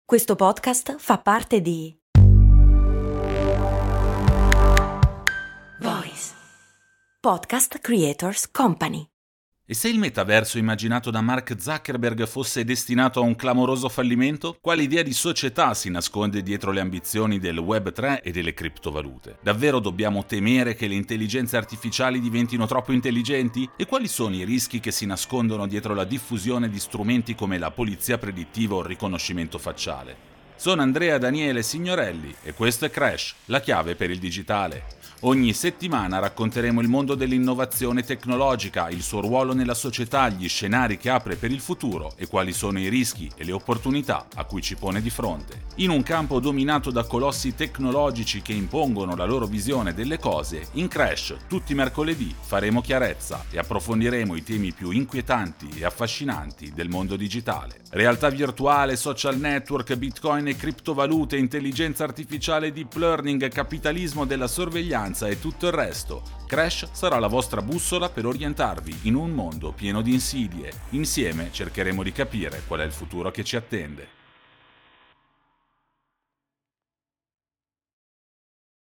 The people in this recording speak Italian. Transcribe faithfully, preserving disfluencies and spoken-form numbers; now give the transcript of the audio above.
Questo podcast fa parte di Voice Podcast Creators Company. E se il metaverso immaginato da Mark Zuckerberg fosse destinato a un clamoroso fallimento? Quale idea di società si nasconde dietro le ambizioni del web tre e delle criptovalute? Davvero dobbiamo temere che le intelligenze artificiali diventino troppo intelligenti? E quali sono i rischi che si nascondono dietro la diffusione di strumenti come la polizia predittiva o il riconoscimento facciale? Sono Andrea Daniele Signorelli e questo è Crash, la chiave per il digitale. Ogni settimana racconteremo il mondo dell'innovazione tecnologica, il suo ruolo nella società, gli scenari che apre per il futuro e quali sono i rischi e le opportunità a cui ci pone di fronte. In un campo dominato da colossi tecnologici che impongono la loro visione delle cose, in Crash tutti i mercoledì faremo chiarezza e approfondiremo i temi più inquietanti e affascinanti del mondo digitale. Realtà virtuale, social network, bitcoin e criptovalute, intelligenza artificiale, deep learning, capitalismo della sorveglianza e tutto il resto. Crash sarà la vostra bussola per orientarvi in un mondo pieno di insidie. Insieme cercheremo di capire qual è il futuro che ci attende.